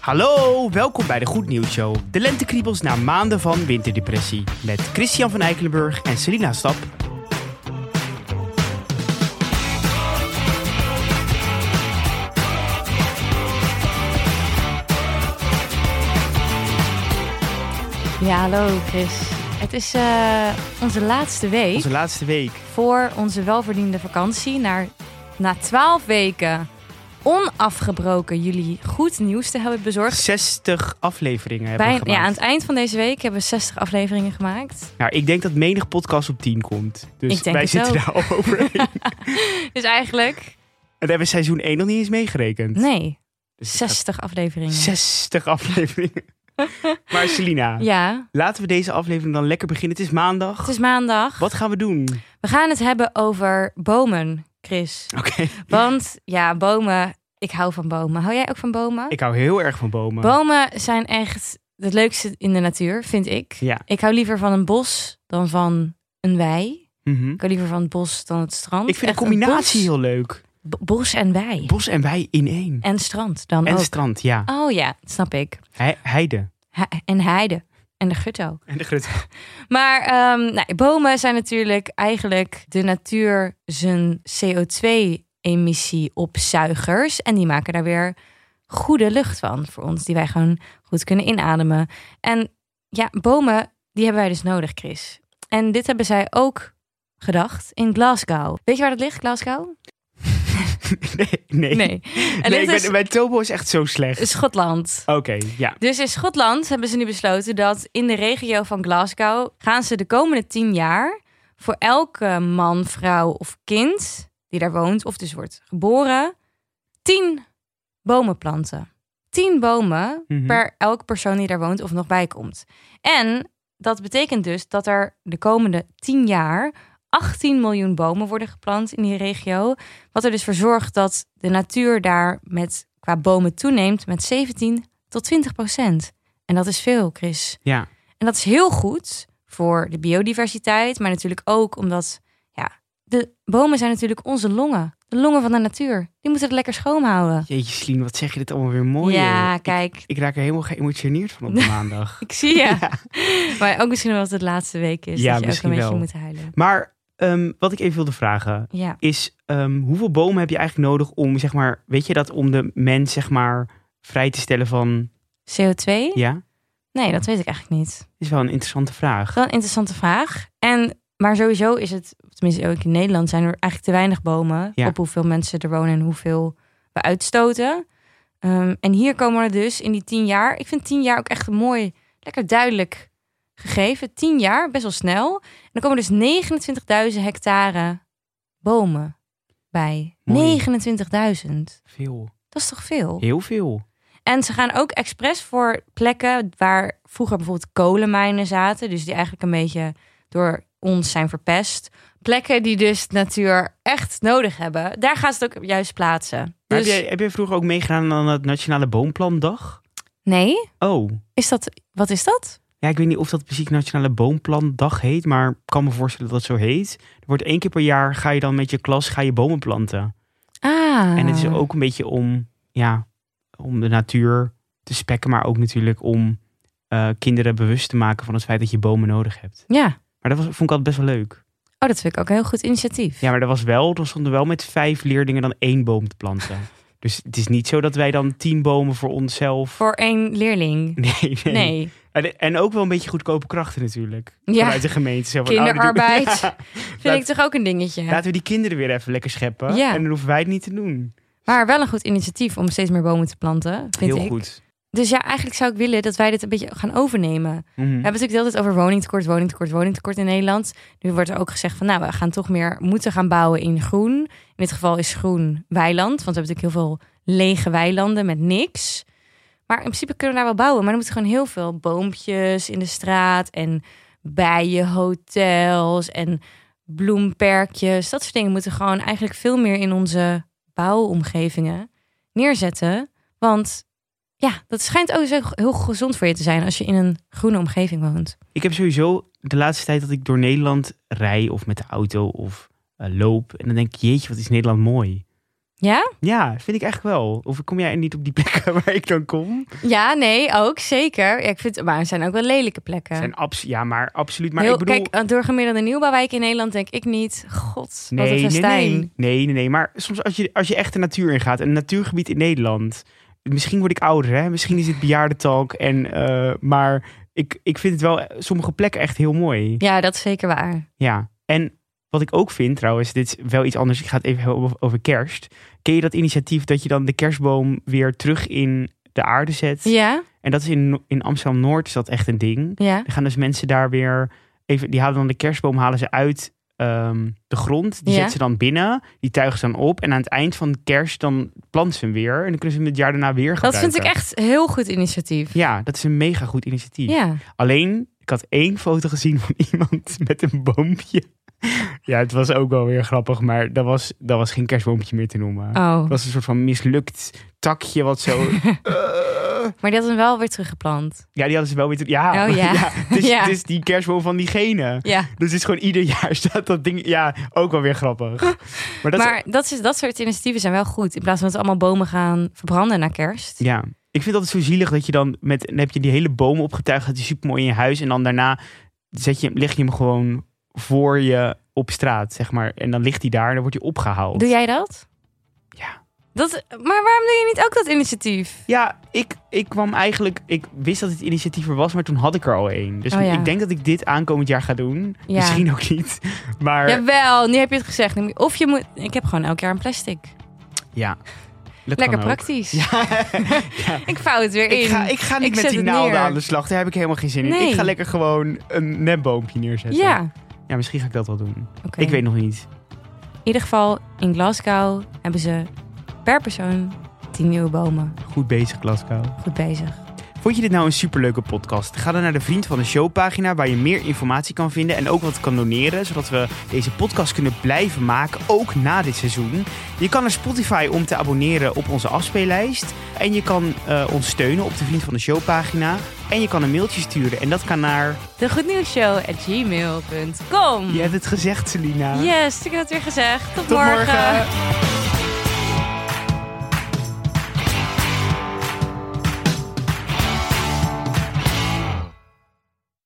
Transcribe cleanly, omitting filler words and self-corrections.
Hallo, welkom bij de Goed Nieuws Show. De lentekriebels na maanden van winterdepressie. Met Christian van Eikelenburg en Selina Stap. Ja, hallo Chris. Het is onze laatste week. Onze laatste week. Voor onze welverdiende vakantie. Na 12 weken onafgebroken jullie goed nieuws te hebben bezorgd. 60 afleveringen hebben we gemaakt. Ja, aan het eind van deze week hebben we 60 afleveringen gemaakt. Nou, ik denk dat menig podcast op 10 komt. Dus wij zitten daar al overheen. Dus eigenlijk... En daar hebben we seizoen 1 nog niet eens meegerekend. Nee, Dus 60 afleveringen. 60 afleveringen. Maar Selina, Ja. Laten we deze aflevering dan lekker beginnen. Het is maandag. Het is maandag. Wat gaan we doen? We gaan het hebben over bomen, Chris. Oké. Want ja, bomen, ik hou van bomen. Hou jij ook van bomen? Ik hou heel erg van bomen. Bomen zijn echt het leukste in de natuur, vind ik. Ja. Ik hou liever van een bos dan van een wei. Mhm. Ik hou liever van het bos dan het strand. Ik vind Echt de combinatie heel leuk. Bos en wei. Bos en wei in één. En strand dan En ook. strand, ja. Oh ja, dat snap ik. Heide. En heide. En de gutto. En de grut. Maar bomen zijn natuurlijk eigenlijk de natuur zijn CO2-emissieopzuigers. En die maken daar weer goede lucht van voor ons. Die wij gewoon goed kunnen inademen. En ja, bomen, die hebben wij dus nodig, Chris. En dit hebben zij ook gedacht in Glasgow. Weet je waar dat ligt, Glasgow? Nee. En dit is Mijn Tobo is echt zo slecht. Schotland. Oké, ja. Dus in Schotland hebben ze nu besloten dat in de regio van Glasgow gaan ze de komende 10 jaar voor elke man, vrouw of kind die daar woont of dus wordt geboren 10 bomen planten. 10 bomen per elke persoon die daar woont of nog bij komt. En dat betekent dus dat er de komende 10 jaar 18 miljoen bomen worden geplant in die regio. Wat er dus voor zorgt dat de natuur daar qua bomen toeneemt met 17 tot 20%. En dat is veel, Chris. Ja. En dat is heel goed voor de biodiversiteit. Maar natuurlijk ook omdat de bomen zijn natuurlijk onze longen. De longen van de natuur. Die moeten het lekker schoonhouden. Jeetje, Selien, wat zeg je dit allemaal weer mooi. Ja, joh. kijk. Ik raak er helemaal geëmotioneerd van op de maandag. Ik zie je. Ja. Maar ook misschien wel dat het laatste week is. Ja, dat je ook misschien een beetje wel. moet huilen. Maar wat ik even wilde vragen is... hoeveel bomen heb je eigenlijk nodig om, zeg maar... Weet je dat om de mens, zeg maar, vrij te stellen van... CO2? Ja? Nee, dat weet ik eigenlijk niet. Is wel een interessante vraag. Wel een interessante vraag. Maar sowieso is het, tenminste ook in Nederland, zijn er eigenlijk te weinig bomen op hoeveel mensen er wonen en hoeveel we uitstoten. En hier komen er dus in die 10 jaar, ik vind 10 jaar ook echt een mooi, lekker duidelijk gegeven. 10 jaar, best wel snel. En dan komen dus 29.000 hectare bomen bij. 29.000. Veel. Dat is toch veel? Heel veel. En ze gaan ook expres voor plekken waar vroeger bijvoorbeeld kolenmijnen zaten. Dus die eigenlijk een beetje door ons zijn verpest. Plekken die dus de natuur echt nodig hebben. Daar gaan ze het ook juist plaatsen. Maar Dus... heb jij vroeger ook meegedaan aan het Nationale Boomplandag? Nee. Oh. Wat is dat? Ja, ik weet niet of dat precies Nationale Boomplandag heet. Maar ik kan me voorstellen dat het zo heet. Er wordt 1 keer per jaar ga je dan met je klas bomen planten. Ah. En het is ook een beetje om de natuur te spekken. Maar ook natuurlijk om kinderen bewust te maken van het feit dat je bomen nodig hebt. Ja. Maar dat vond ik altijd best wel leuk. Oh, dat vind ik ook een heel goed initiatief. Ja, maar er stonden wel met 5 leerlingen dan 1 boom te planten. Dus het is niet zo dat wij dan 10 bomen voor onszelf... Voor 1 leerling? Nee. En ook wel een beetje goedkope krachten natuurlijk. Ja. Vanuit de gemeente. Zo van, kinderarbeid. Vind ik toch ook een dingetje. Laten we die kinderen weer even lekker scheppen. Ja. En dan hoeven wij het niet te doen. Maar wel een goed initiatief om steeds meer bomen te planten, vind ik. Heel goed. Dus ja, eigenlijk zou ik willen dat wij dit een beetje gaan overnemen. We hebben natuurlijk de hele tijd over woningtekort in Nederland. Nu wordt er ook gezegd van, we gaan toch meer moeten gaan bouwen in groen. In dit geval is groen weiland, want we hebben natuurlijk heel veel lege weilanden met niks. Maar in principe kunnen we daar wel bouwen, maar dan moeten gewoon heel veel boompjes in de straat en bijenhotels en bloemperkjes. Dat soort dingen moeten gewoon eigenlijk veel meer in onze bouwomgevingen neerzetten. Want ja, dat schijnt ook heel gezond voor je te zijn als je in een groene omgeving woont. Ik heb sowieso de laatste tijd dat ik door Nederland rij of met de auto of loop. En dan denk ik, jeetje, wat is Nederland mooi. Ja? Ja, vind ik echt wel. Of kom jij niet op die plekken waar ik dan kom? Ja, nee, ook zeker. Ja, ik vind, maar er zijn ook wel lelijke plekken. Maar absoluut. Maar Heel, ik bedoel... Kijk, door gemiddelde nieuwbouwwijk in Nederland denk ik niet... God, wat een festijn. Nee. Maar soms als je echt de natuur ingaat, een natuurgebied in Nederland... Misschien word ik ouder, hè? Misschien is het bejaardentalk. Maar ik vind het wel sommige plekken echt heel mooi. Ja, dat is zeker waar. Ja, en wat ik ook vind trouwens, dit is wel iets anders. Ik ga het even hebben over kerst. Ken je dat initiatief dat je dan de kerstboom weer terug in de aarde zet? Ja. En dat is in Amsterdam-Noord is dat echt een ding. Ja. Dan gaan dus mensen daar weer die halen dan de kerstboom uit de grond. Die zetten ze dan binnen. Die tuigen ze dan op. En aan het eind van kerst dan planten ze hem weer. En dan kunnen ze hem het jaar daarna weer gebruiken. Dat vind ik echt heel goed initiatief. Ja, dat is een mega goed initiatief. Ja. Alleen, ik had 1 foto gezien van iemand met een boompje. Ja, het was ook wel weer grappig. Maar dat was geen kerstboompje meer te noemen. Oh. Het was een soort van mislukt takje wat zo... Maar die hadden hem wel weer teruggeplant. Ja, die hadden ze wel weer... Ja, oh, ja. Het is die kerstboom van diegene. Ja. Dus het is gewoon ieder jaar staat dat ding... Ja, ook wel weer grappig. Maar dat soort initiatieven zijn wel goed. In plaats van dat we allemaal bomen gaan verbranden na kerst. Ja, ik vind dat zo zielig dat je dan heb je die hele boom opgetuigd. Dat is super mooi in je huis. En dan daarna leg je hem gewoon voor je op straat, zeg maar. En dan ligt hij daar en dan wordt hij opgehaald. Doe jij dat? Ja. Maar waarom doe je niet ook dat initiatief? Ja, ik kwam eigenlijk... Ik wist dat het initiatief er was, maar toen had ik er al 1. Dus ik denk dat ik dit aankomend jaar ga doen. Ja. Misschien ook niet. Maar... Jawel, nu heb je het gezegd. Of je moet... Ik heb gewoon elk jaar een plastic. Ja. Lekker praktisch. Ja. Ja. Ik vouw het weer in. Ik ga niet met die naalden aan de slag. Daar heb ik helemaal geen zin in. Nee. Ik ga lekker gewoon een nepboompje neerzetten. Ja. Ja, misschien ga ik dat wel doen. Okay. Ik weet nog niet. In ieder geval, in Glasgow hebben ze per persoon 10 nieuwe bomen. Goed bezig, Glasgow. Goed bezig. Vond je dit nou een superleuke podcast? Ga dan naar de Vriend van de Show pagina waar je meer informatie kan vinden en ook wat kan doneren, zodat we deze podcast kunnen blijven maken, ook na dit seizoen. Je kan naar Spotify om te abonneren op onze afspeellijst. En je kan ons steunen op de Vriend van de Show pagina. En je kan een mailtje sturen en dat kan naar... degoednieuwsshow@gmail.com. Je hebt het gezegd, Selina. Yes, ik heb het weer gezegd. Tot morgen.